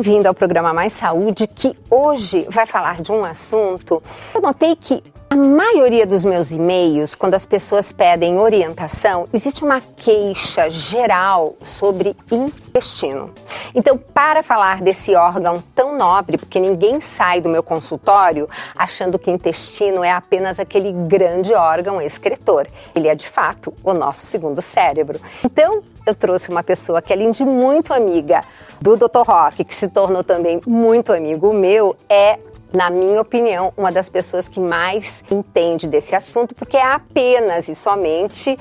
bem-vindo ao programa Mais Saúde, que hoje vai falar de um assunto. Eu notei que a maioria dos meus e-mails, quando as pessoas pedem orientação, existe uma queixa geral sobre intestino. Então, para falar desse órgão tão nobre, porque ninguém sai do meu consultório achando que o intestino é apenas aquele grande órgão excretor. Ele é, de fato, o nosso segundo cérebro. Então, eu trouxe uma pessoa que, além de muito amiga do Dr. Roque, que se tornou também muito amigo meu, na minha opinião, uma das pessoas que mais entende desse assunto, porque é apenas e somente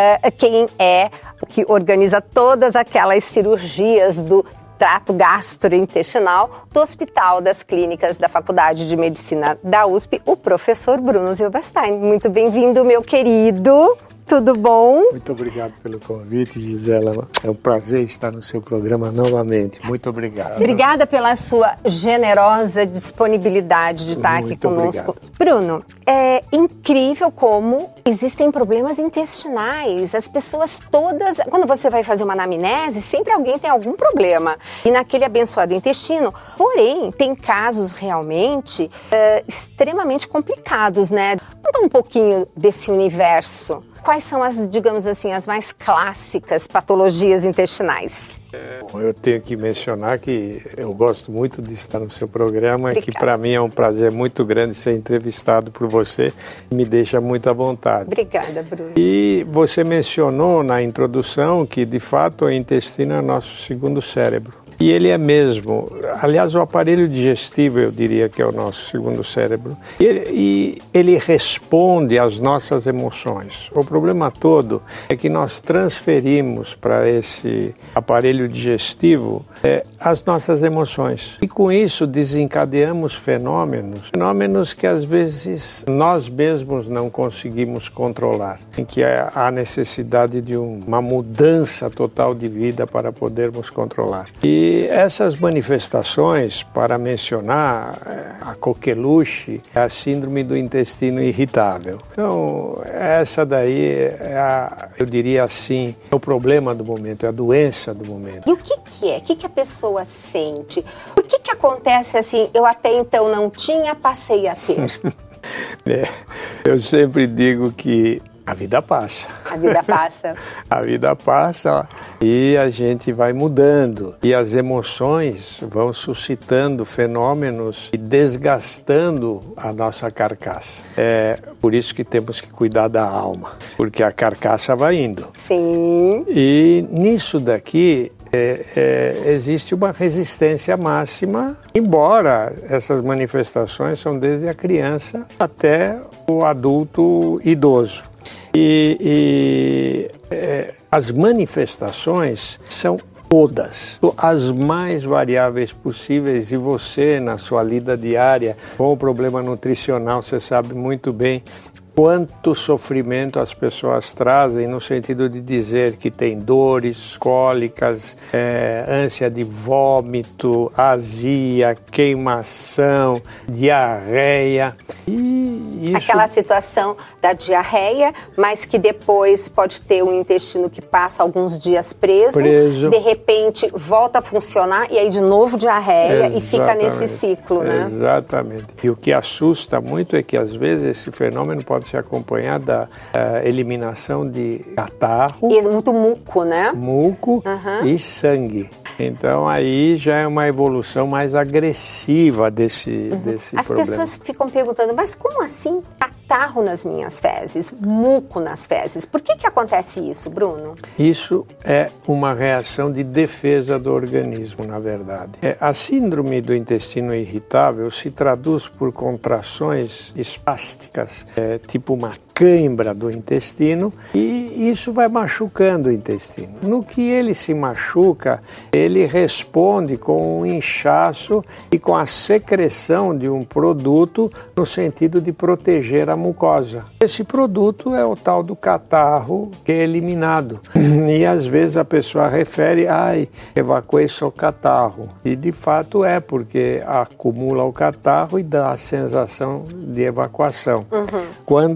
que organiza todas aquelas cirurgias do trato gastrointestinal do Hospital das Clínicas da Faculdade de Medicina da USP, o professor Bruno Silberstein. Muito bem-vindo, meu querido. Tudo bom? Muito obrigado pelo convite, Gisela. É um prazer estar no seu programa novamente. Muito obrigado. Obrigada pela sua generosa disponibilidade de estar aqui conosco. Obrigado. Bruno, é incrível como existem problemas intestinais. As pessoas todas, quando você vai fazer uma anamnese, sempre alguém tem algum problema. E naquele abençoado intestino. Porém, tem casos realmente extremamente complicados, né? Conta um pouquinho desse universo. Quais são as, digamos assim, as mais clássicas patologias intestinais? Eu tenho que mencionar que eu gosto muito de estar no seu programa, que para mim é um prazer muito grande ser entrevistado por você, me deixa muito à vontade. Obrigada, Bruno. E você mencionou na introdução que, de fato, o intestino é nosso segundo cérebro. E ele é mesmo, aliás, o aparelho digestivo, eu diria que é o nosso segundo cérebro. E ele responde às nossas emoções. O problema todo é que nós transferimos para esse aparelho digestivo as nossas emoções. E com isso desencadeamos fenômenos que às vezes nós mesmos não conseguimos controlar. Em que há necessidade de uma mudança total de vida para podermos controlar. E essas manifestações, para mencionar a coqueluche, é a síndrome do intestino irritável. Então, essa daí eu diria assim, é o problema do momento, é a doença do momento. E o que é? O que a pessoa sente? Por que acontece assim, eu até então não tinha, passei a ter? Eu sempre digo que a vida passa. A vida passa. A vida passa e a gente vai mudando. E as emoções vão suscitando fenômenos e desgastando a nossa carcaça. É por isso que temos que cuidar da alma, porque a carcaça vai indo. Sim. E nisso daqui existe uma resistência máxima, embora essas manifestações são desde a criança até o adulto idoso. As manifestações são todas, as mais variáveis possíveis, e você, na sua lida diária, com o problema nutricional, você sabe muito bem quanto sofrimento as pessoas trazem, no sentido de dizer que tem dores, cólicas, ânsia de vômito, azia, queimação, diarreia. E isso... Aquela situação da diarreia, mas que depois pode ter um intestino que passa alguns dias preso. De repente volta a funcionar e aí de novo diarreia. Exatamente. E fica nesse ciclo, né? Exatamente. E o que assusta muito é que às vezes esse fenômeno pode ser acompanhado da eliminação de catarro. E muito muco, né? Muco e sangue. Então aí já é uma evolução mais agressiva desse As problema. As pessoas ficam perguntando, mas como assim catarro nas minhas fezes, muco nas fezes? Por que acontece isso, Bruno? Isso é uma reação de defesa do organismo, na verdade. A síndrome do intestino irritável se traduz por contrações espásticas, tipo uma cãibra do intestino, e isso vai machucando o intestino. No que ele se machuca, ele responde com um inchaço e com a secreção de um produto no sentido de proteger a mucosa. Esse produto é o tal do catarro, que é eliminado. E às vezes a pessoa refere, evacuei só catarro. E de fato porque acumula o catarro e dá a sensação de evacuação. Quando não,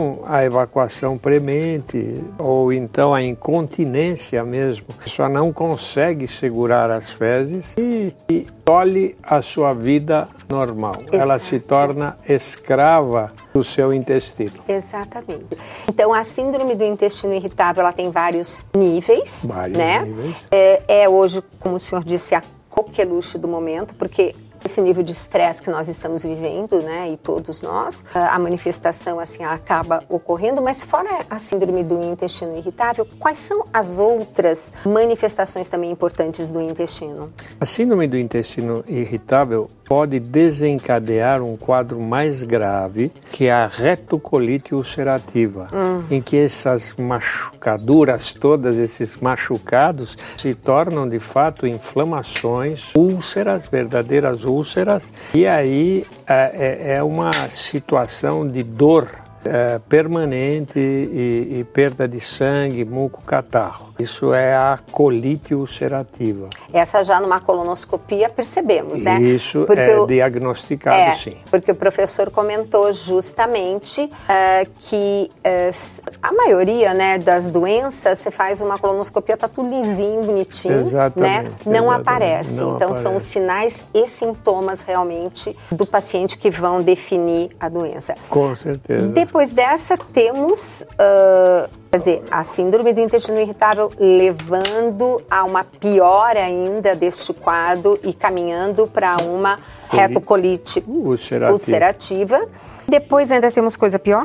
então a evacuação premente, ou então a incontinência mesmo. A pessoa não consegue segurar as fezes e tolhe a sua vida normal. Exato. Ela se torna escrava do seu intestino. Exatamente. Então, a síndrome do intestino irritável, ela tem vários níveis. Vários níveis. É hoje, como o senhor disse, a coqueluche do momento, porque esse nível de estresse que nós estamos vivendo, né, e todos nós, a manifestação assim acaba ocorrendo, mas fora a síndrome do intestino irritável, quais são as outras manifestações também importantes do intestino? A síndrome do intestino irritável pode desencadear um quadro mais grave, que é a retocolite ulcerativa, em que essas machucaduras, todos esses machucados, se tornam de fato inflamações, úlceras, verdadeiras úlceras, e aí é uma situação de dor permanente e perda de sangue, muco, catarro. Isso é a colite ulcerativa. Essa já numa colonoscopia percebemos, né? Isso é diagnosticado, sim. Porque o professor comentou justamente que a maioria, né, das doenças, você faz uma colonoscopia, tá tudo lisinho, bonitinho, exatamente, né? Não exatamente. aparece. Não então aparece. São os sinais e sintomas realmente do paciente que vão definir a doença. Com certeza. Depois dessa, temos quer dizer, a síndrome do intestino irritável levando a uma piora ainda deste quadro e caminhando para uma retocolite ulcerativa. Depois ainda temos coisa pior?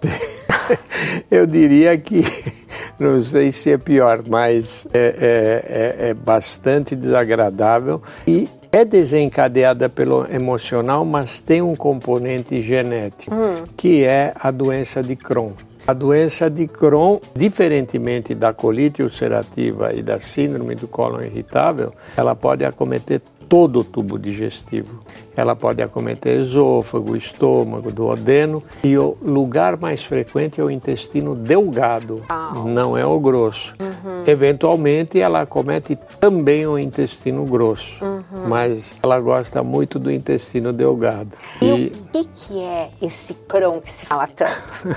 Eu diria que, não sei se é pior, mas é bastante desagradável e é desencadeada pelo emocional, mas tem um componente genético, que é a doença de Crohn. A doença de Crohn, diferentemente da colite ulcerativa e da síndrome do cólon irritável, ela pode acometer todo o tubo digestivo. Ela pode acometer esôfago, estômago, duodeno, e o lugar mais frequente é o intestino delgado, não é o grosso. Eventualmente ela acomete também o intestino grosso, mas ela gosta muito do intestino delgado. E o que é esse Crohn que se fala tanto?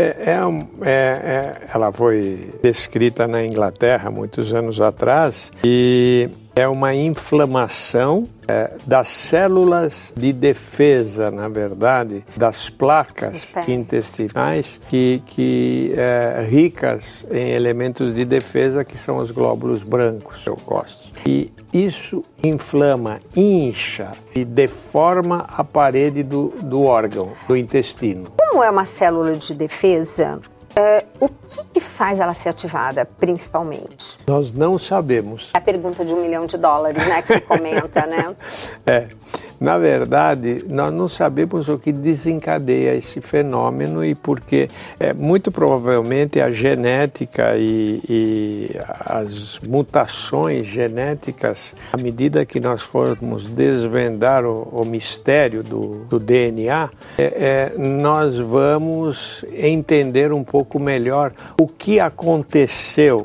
Ela foi descrita na Inglaterra muitos anos atrás e é uma inflamação das células de defesa, na verdade, das placas intestinais que ricas em elementos de defesa, que são os glóbulos brancos, leucócitos. E isso inflama, incha e deforma a parede do órgão, do intestino. Como é uma célula de defesa? O que faz ela ser ativada, principalmente? Nós não sabemos. É a pergunta de $1 milhão, né, que você comenta, né? Na verdade, nós não sabemos o que desencadeia esse fenômeno e porque muito provavelmente a genética e as mutações genéticas, à medida que nós formos desvendar o mistério do DNA, nós vamos entender um pouco melhor o que aconteceu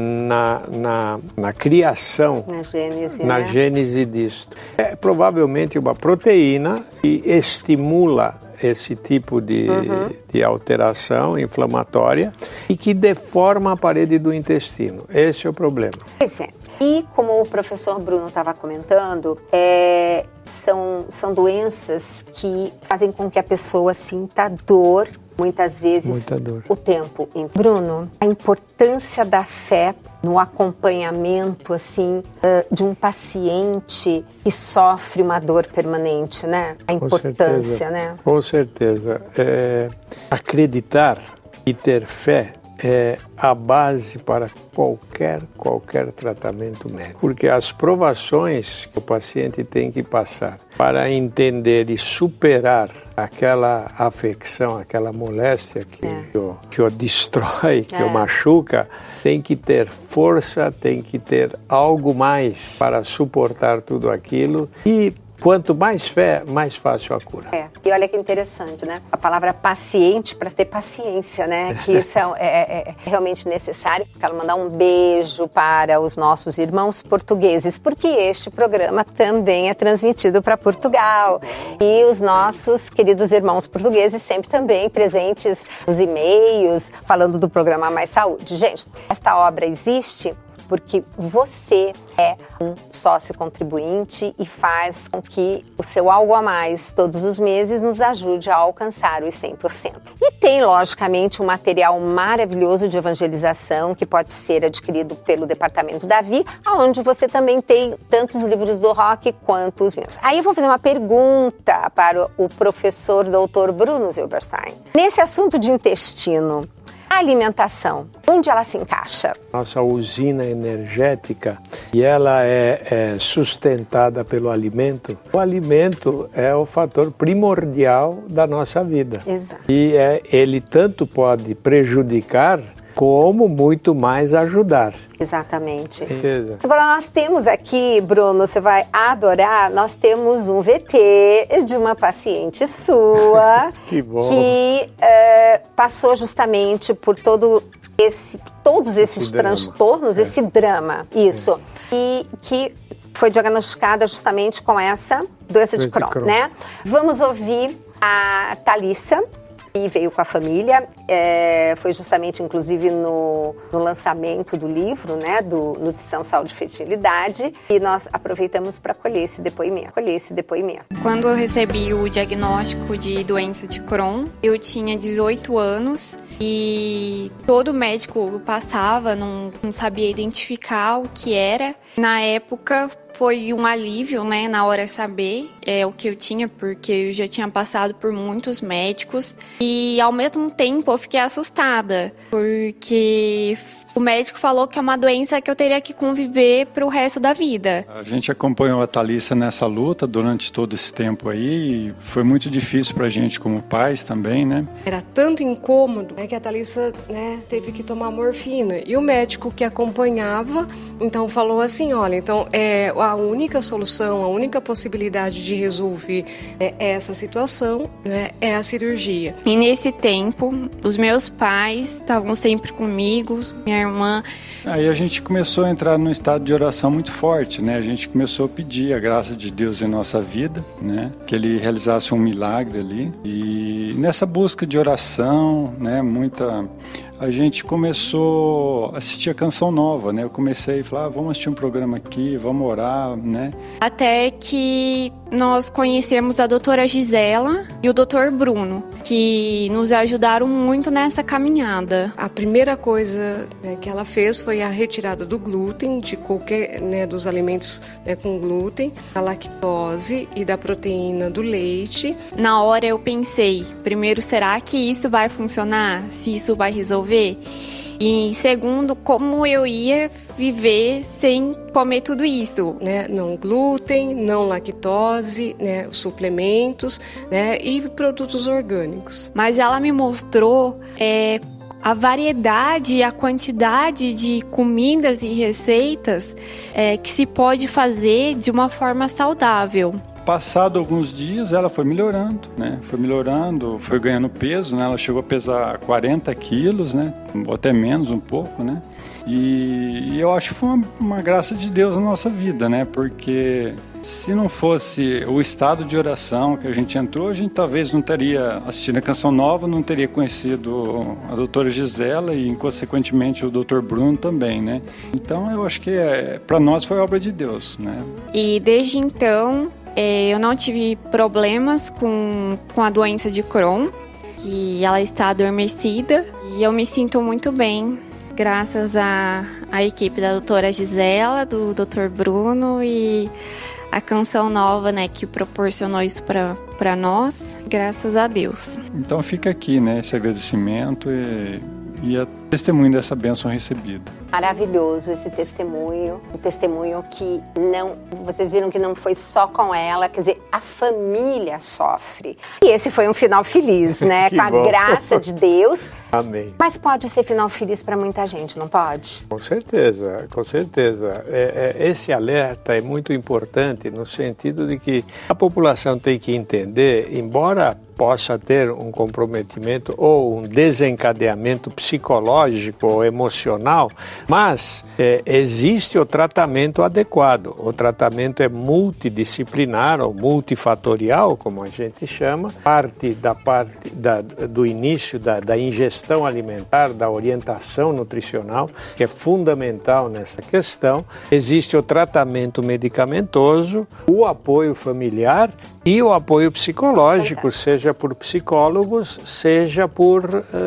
na criação, na gênese disto. É provavelmente uma proteína que estimula esse tipo de alteração inflamatória e que deforma a parede do intestino. Esse é o problema. Pois é. E como o professor Bruno estava comentando, são doenças que fazem com que a pessoa sinta dor, muitas vezes o tempo. Bruno, a importância da fé no acompanhamento assim de um paciente que sofre uma dor permanente, né? A importância, né? Com certeza. Acreditar e ter fé é a base para qualquer tratamento médico. Porque as provações que o paciente tem que passar para entender e superar aquela afecção, aquela moléstia que o destrói, que o machuca, tem que ter força, tem que ter algo mais para suportar tudo aquilo e Quanto mais fé, mais fácil a cura. E olha que interessante, né? A palavra paciente para ter paciência, né? Que isso é realmente necessário. Quero mandar um beijo para os nossos irmãos portugueses, porque este programa também é transmitido para Portugal. E os nossos queridos irmãos portugueses sempre também presentes nos e-mails, falando do programa Mais Saúde. Gente, esta obra existe porque você é um sócio contribuinte e faz com que o seu algo a mais todos os meses nos ajude a alcançar os 100%. E tem, logicamente, um material maravilhoso de evangelização que pode ser adquirido pelo Departamento Davi, onde você também tem tanto os livros do Rock quanto os meus. Aí eu vou fazer uma pergunta para o professor Dr. Bruno Zilberstein. Nesse assunto de intestino, a alimentação, onde ela se encaixa? Nossa usina energética, e ela é sustentada pelo alimento. O alimento é o fator primordial da nossa vida. Exato. E ele tanto pode prejudicar como muito mais ajudar. Exatamente. Beleza. Agora nós temos aqui, Bruno, você vai adorar, nós temos um VT de uma paciente sua que bom. Que passou justamente por todos esses transtornos, esse drama, isso, e que foi diagnosticada justamente com essa doença de Crohn, né? Vamos ouvir a Thalissa, e veio com a família, foi justamente inclusive no lançamento do livro, né, do Nutrição, Saúde e Fertilidade, e nós aproveitamos para colher esse depoimento. Quando eu recebi o diagnóstico de doença de Crohn, eu tinha 18 anos e todo médico passava, não sabia identificar o que era. Na época foi um alívio, né, na hora de saber o que eu tinha, porque eu já tinha passado por muitos médicos e ao mesmo tempo eu fiquei assustada, porque o médico falou que é uma doença que eu teria que conviver para o resto da vida. A gente acompanhou a Thalissa nessa luta durante todo esse tempo aí e foi muito difícil para a gente como pais também, né? Era tanto incômodo, que a Thalissa, teve que tomar morfina. E o médico que acompanhava, então falou assim, olha, então a única solução, a única possibilidade de resolver essa situação, é a cirurgia. E nesse tempo, os meus pais estavam sempre comigo, minha irmã. Aí a gente começou a entrar num estado de oração muito forte, né? A gente começou a pedir a graça de Deus em nossa vida, né? Que Ele realizasse um milagre ali. E nessa busca de oração, né? A gente começou a assistir a Canção Nova, né? Eu comecei a falar, vamos assistir um programa aqui, vamos orar, né? Até que nós conhecemos a doutora Gisela e o doutor Bruno, que nos ajudaram muito nessa caminhada. A primeira coisa que ela fez foi a retirada do glúten, de qualquer, dos alimentos com glúten, da lactose e da proteína do leite. Na hora eu pensei, primeiro, será que isso vai funcionar? Se isso vai resolver? E segundo, como eu ia viver sem comer tudo isso? Não glúten, não lactose, suplementos, e produtos orgânicos. Mas ela me mostrou a variedade e a quantidade de comidas e receitas que se pode fazer de uma forma saudável. Passado alguns dias, ela foi melhorando, né? Foi ganhando peso, né? Ela chegou a pesar 40 quilos, né? Ou até menos um pouco, né? E eu acho que foi uma graça de Deus na nossa vida, né? Porque se não fosse o estado de oração que a gente entrou, a gente talvez não teria assistido a Canção Nova, não teria conhecido a doutora Gisela e, consequentemente, o doutor Bruno também, né? Então, eu acho que para nós foi obra de Deus, né? E desde então, eu não tive problemas com a doença de Crohn, que ela está adormecida, e eu me sinto muito bem, graças à equipe da doutora Gisela, do doutor Bruno e a Canção Nova, né, que proporcionou isso para nós, graças a Deus. Então fica aqui, né, esse agradecimento e testemunho dessa bênção recebida. Maravilhoso esse testemunho, um testemunho que vocês viram que não foi só com ela, quer dizer, a família sofre. E esse foi um final feliz, né? Com a graça de Deus. Amém. Mas pode ser final feliz para muita gente, não pode? Com certeza, com certeza. Esse alerta é muito importante no sentido de que a população tem que entender, embora possa ter um comprometimento ou um desencadeamento psicológico ou emocional, mas existe o tratamento adequado. O tratamento é multidisciplinar ou multifatorial, como a gente chama, parte do início da ingestão alimentar, da orientação nutricional, que é fundamental nessa questão. Existe o tratamento medicamentoso, o apoio familiar e o apoio psicológico, seja por psicólogos, seja por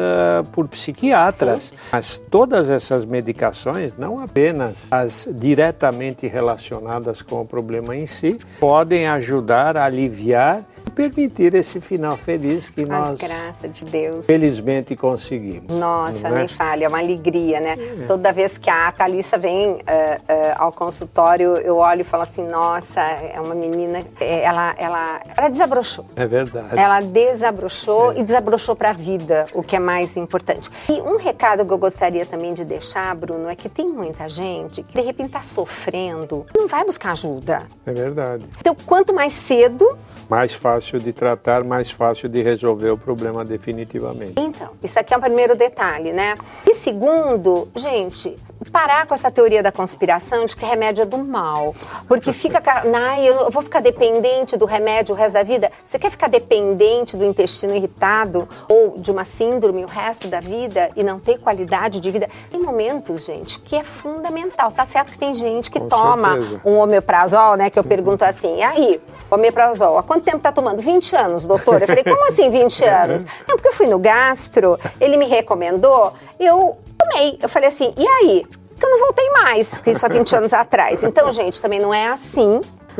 psiquiatras. Sim. Mas todas essas medicações, não apenas as diretamente relacionadas com o problema em si, podem ajudar a aliviar e permitir esse final feliz que nós, graça de Deus, felizmente conseguimos. Nossa, nem fale, é uma alegria, né? Toda vez que a Thalissa vem ao consultório, eu olho e falo assim, nossa, é uma menina, ela desabrochou. É verdade. Ela desabrochou e desabrochou para a vida, o que é mais importante. E um recado que eu gostaria também de deixar, Bruno, é que tem muita gente que de repente está sofrendo, não vai buscar ajuda. É verdade. Então, quanto mais cedo, mais fácil de tratar, mais fácil de resolver o problema definitivamente. Então, isso aqui é o primeiro detalhe, né? E segundo, gente, parar com essa teoria da conspiração de que remédio é do mal. Porque fica, eu vou ficar dependente do remédio o resto da vida. Você quer ficar dependente do intestino irritado ou de uma síndrome o resto da vida e não ter qualidade de vida? Tem momentos, gente, que é fundamental. Tá certo que tem gente que toma um omeprazol, né? Que eu pergunto assim, e aí, omeprazol, há quanto tempo tá tomando? 20 anos, doutor. Eu falei, como assim 20 anos? Não, porque eu fui no gastro, ele me recomendou, eu tomei. Eu falei assim, e aí? Porque eu não voltei mais, que isso há 20 anos atrás. Então, gente, também não é assim,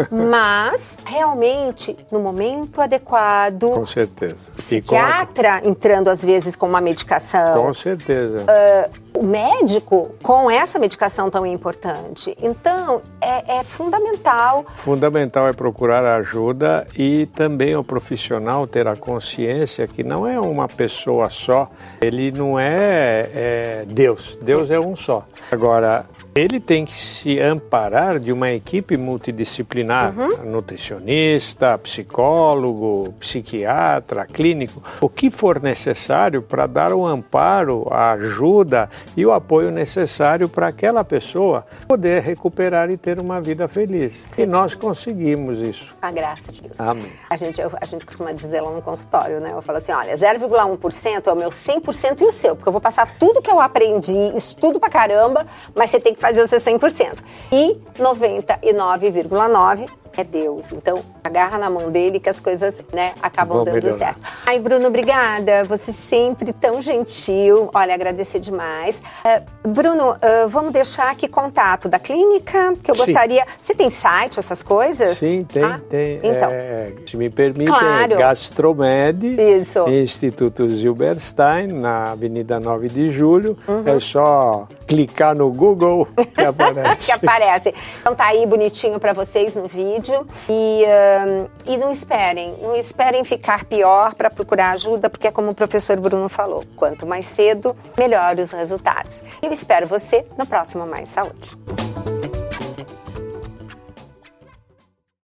mas realmente no momento adequado. Com certeza. Psiquiatra entrando às vezes com uma medicação. Com certeza. O médico com essa medicação tão importante. Então, é fundamental. Fundamental é procurar ajuda e também o profissional ter a consciência que não é uma pessoa só, ele não é Deus. Deus é um só. Agora, ele tem que se amparar de uma equipe multidisciplinar, nutricionista, psicólogo, psiquiatra, clínico, o que for necessário para dar o amparo, a ajuda e o apoio necessário para aquela pessoa poder recuperar e ter uma vida feliz. E nós conseguimos isso. A graça de Deus. Amém. A gente costuma dizer lá no consultório, né? Eu falo assim, olha, 0,1% é o meu 100% e o seu, porque eu vou passar tudo que eu aprendi, estudo pra caramba, mas você tem que fazer o seu 100%. E 99,9% é Deus. Então, agarra na mão dele que as coisas, né, acabam dando certo. Ai, Bruno, obrigada. Você sempre tão gentil. Olha, agradecer demais. Bruno, vamos deixar aqui contato da clínica, que eu gostaria... Você tem site, essas coisas? Sim, tem. Então, se me permite, claro. É Gastromed, isso. Instituto Zilberstein, na Avenida 9 de Julho. É só clicar no Google que aparece. Que aparece. Então tá aí bonitinho para vocês no vídeo. E não esperem ficar pior para procurar ajuda, porque é como o professor Bruno falou, quanto mais cedo, melhor os resultados. Eu espero você no próximo Mais Saúde.